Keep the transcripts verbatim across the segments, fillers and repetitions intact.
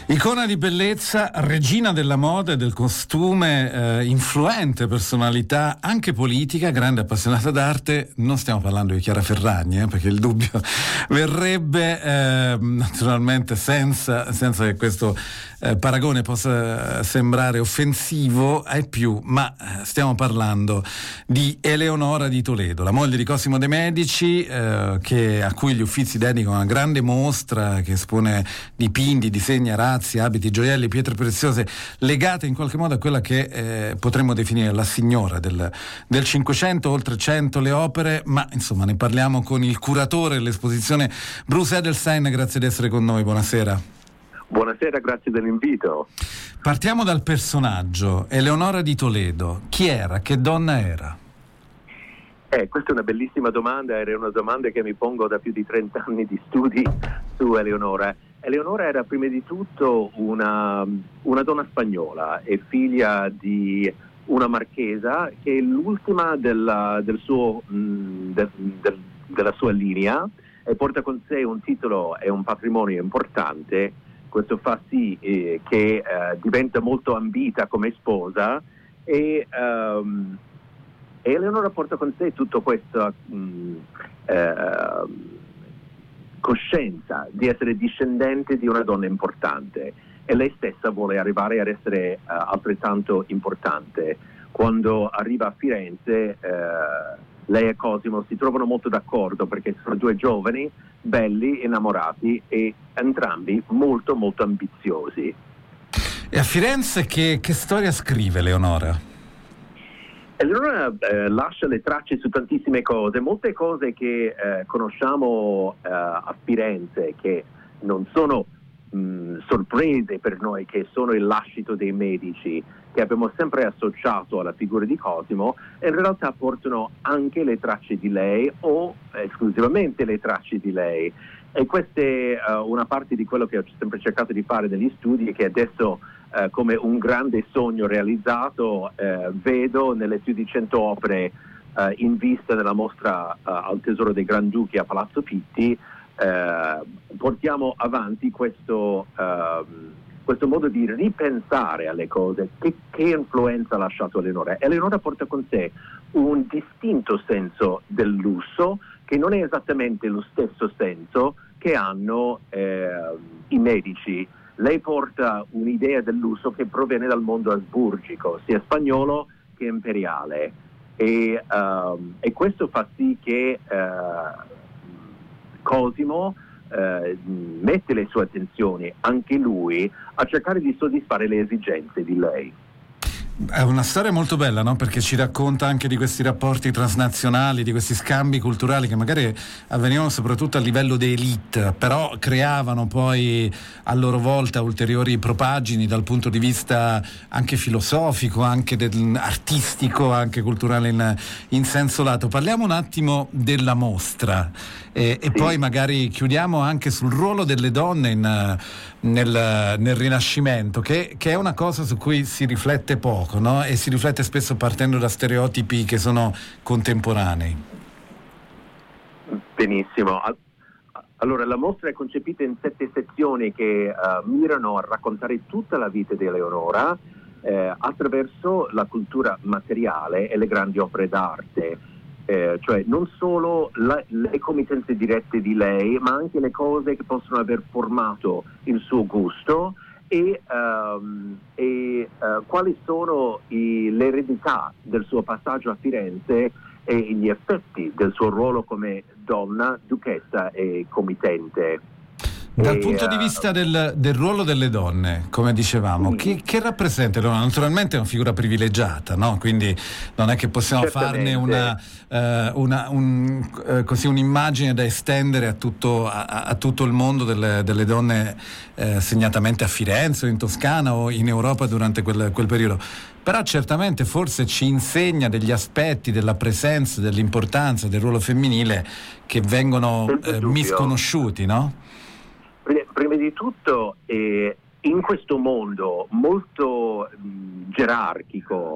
Icona di bellezza, regina della moda e del costume, eh, influente personalità anche politica, grande appassionata d'arte. Non stiamo parlando di Chiara Ferragni, eh, perché il dubbio verrebbe eh, naturalmente senza, senza che questo eh, paragone possa sembrare offensivo ai più, ma stiamo parlando di Eleonora di Toledo, la moglie di Cosimo de' Medici, eh, che, a cui gli Uffizi dedicano una grande mostra che espone dipinti, disegni, arazzi, abiti, gioielli, pietre preziose legate in qualche modo a quella che eh, potremmo definire la signora del, del Cinquecento, oltre cento le opere, ma insomma ne parliamo con il curatore dell'esposizione Bruce Edelstein. Grazie di essere con noi, buonasera. Buonasera, grazie dell'invito. Partiamo dal personaggio, Eleonora di Toledo. Chi era? Che donna era? Eh, questa è una bellissima domanda, era una domanda che mi pongo da più di trenta anni di studi su Eleonora. Eleonora era prima di tutto una, una donna spagnola e figlia di una marchesa che è l'ultima della, del suo, mh, de, de, della sua linea e porta con sé un titolo e un patrimonio importante. Questo fa sì eh, che eh, diventa molto ambita come sposa e um, Eleonora porta con sé tutta questa mh, eh, coscienza di essere discendente di una donna importante e lei stessa vuole arrivare ad essere uh, altrettanto importante. Quando arriva a Firenze uh, lei e Cosimo si trovano molto d'accordo perché sono due giovani, belli, innamorati e entrambi molto molto ambiziosi. E a Firenze che, che storia scrive Eleonora? Eleonora eh, lascia le tracce su tantissime cose, molte cose che eh, conosciamo eh, a Firenze, che non sono mh, sorprese per noi, che sono il lascito dei Medici, che abbiamo sempre associato alla figura di Cosimo, in realtà portano anche le tracce di lei o esclusivamente le tracce di lei. E questa è uh, una parte di quello che ho sempre cercato di fare negli studi e che adesso Uh, come un grande sogno realizzato uh, vedo nelle più di cento opere uh, in vista della mostra uh, al Tesoro dei Granduchi a Palazzo Pitti. Uh, portiamo avanti questo, uh, questo modo di ripensare alle cose. Che, che influenza ha lasciato Eleonora? Eleonora porta con sé un distinto senso del lusso che non è esattamente lo stesso senso che hanno eh, i Medici. Lei porta un'idea del lusso che proviene dal mondo asburgico, sia spagnolo che imperiale, e, um, e questo fa sì che uh, Cosimo uh, mette le sue attenzioni, anche lui, a cercare di soddisfare le esigenze di lei. È una storia molto bella, no? Perché ci racconta anche di questi rapporti transnazionali, di questi scambi culturali che magari avvenivano soprattutto a livello di elite, però creavano poi a loro volta ulteriori propagini dal punto di vista anche filosofico, anche del, artistico, anche culturale in, in senso lato. Parliamo un attimo della mostra e, e sì. Poi magari chiudiamo anche sul ruolo delle donne in, nel, nel Rinascimento, che, che è una cosa su cui si riflette poco, no? E si riflette spesso partendo da stereotipi che sono contemporanei. Benissimo. Allora, la mostra è concepita in sette sezioni che uh, mirano a raccontare tutta la vita di Eleonora eh, attraverso la cultura materiale e le grandi opere d'arte. Eh, cioè non solo la, le committenze dirette di lei, ma anche le cose che possono aver formato il suo gusto e, um, e uh, quali sono i, le eredità del suo passaggio a Firenze e gli effetti del suo ruolo come donna, duchessa e committente. Dal e, punto di vista del, del ruolo delle donne, come dicevamo, sì. che, che rappresenta? Naturalmente è una figura privilegiata, no? Quindi non è che possiamo Certamente. farne una, eh, una un, eh, così un'immagine da estendere a tutto, a, a tutto il mondo delle, delle donne, eh, segnatamente a Firenze o in Toscana o in Europa durante quel, quel periodo. Però certamente forse ci insegna degli aspetti della presenza, dell'importanza del ruolo femminile che vengono eh, misconosciuti, no? Prima di tutto, eh, in questo mondo molto mh, gerarchico,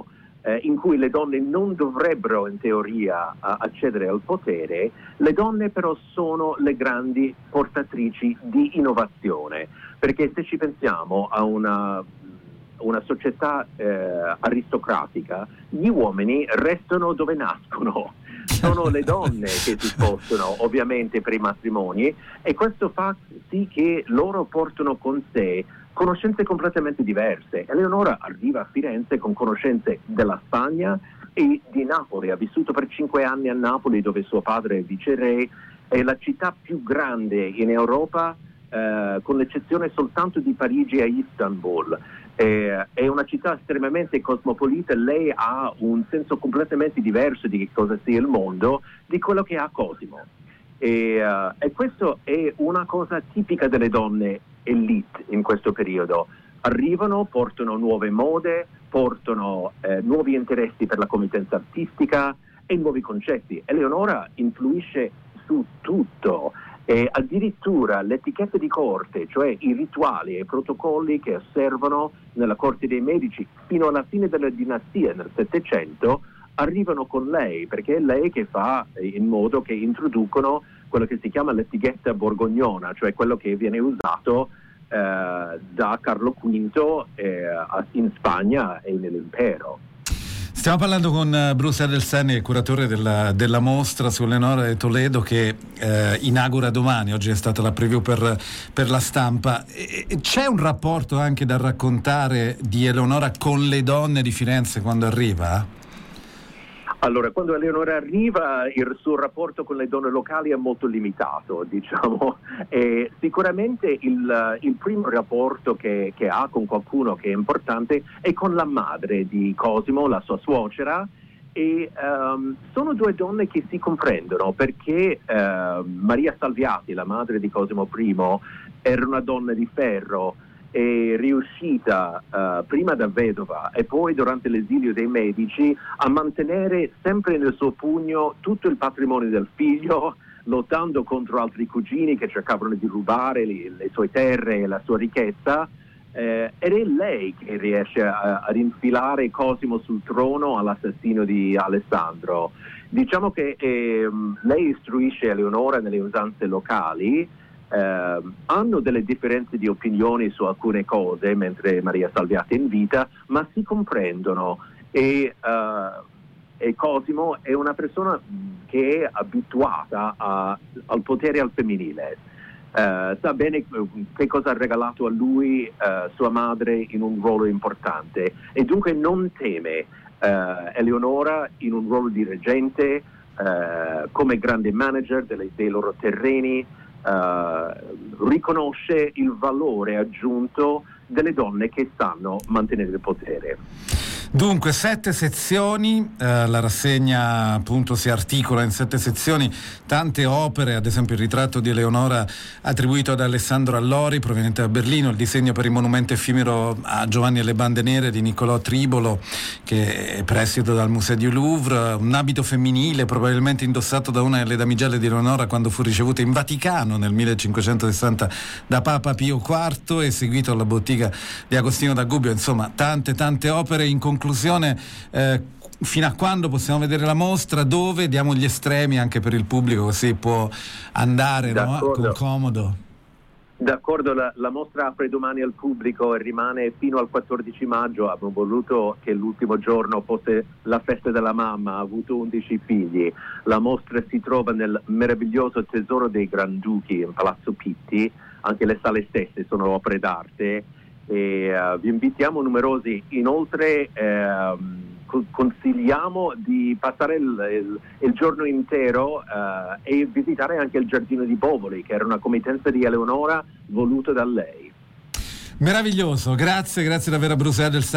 eh, in cui le donne non dovrebbero in teoria uh, accedere al potere, le donne però sono le grandi portatrici di innovazione, perché se ci pensiamo a una, una società eh, aristocratica, gli uomini restano dove nascono. Sono le donne che si spostano ovviamente per i matrimoni, e questo fa sì che loro portano con sé conoscenze completamente diverse. Eleonora arriva a Firenze con conoscenze della Spagna e di Napoli, ha vissuto per cinque anni a Napoli, dove suo padre è viceré, è la città più grande in Europa, eh, con l'eccezione soltanto di Parigi e Istanbul. Eh, è una città estremamente cosmopolita. Lei ha un senso completamente diverso di che cosa sia il mondo di quello che ha Cosimo, e, uh, e questo è una cosa tipica delle donne elite in questo periodo. Arrivano, portano nuove mode, portano eh, nuovi interessi per la committenza artistica e nuovi concetti. Eleonora influisce su tutto. E addirittura l'etichetta di corte, cioè i rituali e i protocolli che osservano nella corte dei Medici fino alla fine della dinastia nel Settecento, arrivano con lei, perché è lei che fa in modo che introducono quello che si chiama l'etichetta borgognona, cioè quello che viene usato eh, da Carlo V eh, in Spagna e nell'impero. Stiamo parlando con Bruce Edelstein, il curatore della, della mostra su Eleonora di Toledo, che eh, inaugura domani. Oggi è stata la preview per, per la stampa. E, e c'è un rapporto anche da raccontare di Eleonora con le donne di Firenze quando arriva? Allora, quando Eleonora arriva, il suo rapporto con le donne locali è molto limitato, diciamo. E sicuramente il, il primo rapporto che, che ha con qualcuno che è importante è con la madre di Cosimo, la sua suocera, e um, sono due donne che si comprendono, perché uh, Maria Salviati, la madre di Cosimo I, era una donna di ferro, è riuscita uh, prima da vedova e poi durante l'esilio dei Medici a mantenere sempre nel suo pugno tutto il patrimonio del figlio, lottando contro altri cugini che cercavano di rubare le, le sue terre e la sua ricchezza, eh, ed è lei che riesce a, ad infilare Cosimo sul trono all'assassino di Alessandro. Diciamo che eh, lei istruisce Eleonora nelle usanze locali. Uh, hanno delle differenze di opinioni su alcune cose mentre Maria Salviati è in vita, ma si comprendono, e, uh, e Cosimo è una persona che è abituata a, al potere al femminile. Uh, sa bene che cosa ha regalato a lui uh, sua madre in un ruolo importante, e dunque non teme uh, Eleonora in un ruolo di reggente, uh, come grande manager delle, dei loro terreni. Uh, riconosce il valore aggiunto delle donne che sanno mantenere il potere. Dunque, sette sezioni, eh, la rassegna appunto si articola in sette sezioni, tante opere, ad esempio il ritratto di Eleonora attribuito ad Alessandro Allori, proveniente da Berlino, il disegno per il monumento effimero a Giovanni e le bande nere di Niccolò Tribolo, che è prestito dal Museo du Louvre, un abito femminile probabilmente indossato da una delle damigelle di Eleonora quando fu ricevuta in Vaticano nel millecinquecentosessanta da Papa Pio quarto, e seguito alla bottega di Agostino da Gubbio. Insomma, tante tante opere. In conclusione, eh, fino a quando possiamo vedere la mostra? Dove? Diamo gli estremi anche per il pubblico, così può andare, no? Con comodo. D'accordo, la, la mostra apre domani al pubblico e rimane fino al quattordici maggio. Abbiamo voluto che l'ultimo giorno fosse la festa della mamma, ha avuto undici figli. La mostra si trova nel meraviglioso Tesoro dei Granduchi in Palazzo Pitti, anche le sale stesse sono opere d'arte, e uh, vi invitiamo numerosi. Inoltre eh, consigliamo di passare il, il, il giorno intero uh, e visitare anche il Giardino di Bovoli, che era una committenza di Eleonora voluta da lei. Meraviglioso, grazie, grazie davvero a Bruce Edelstein.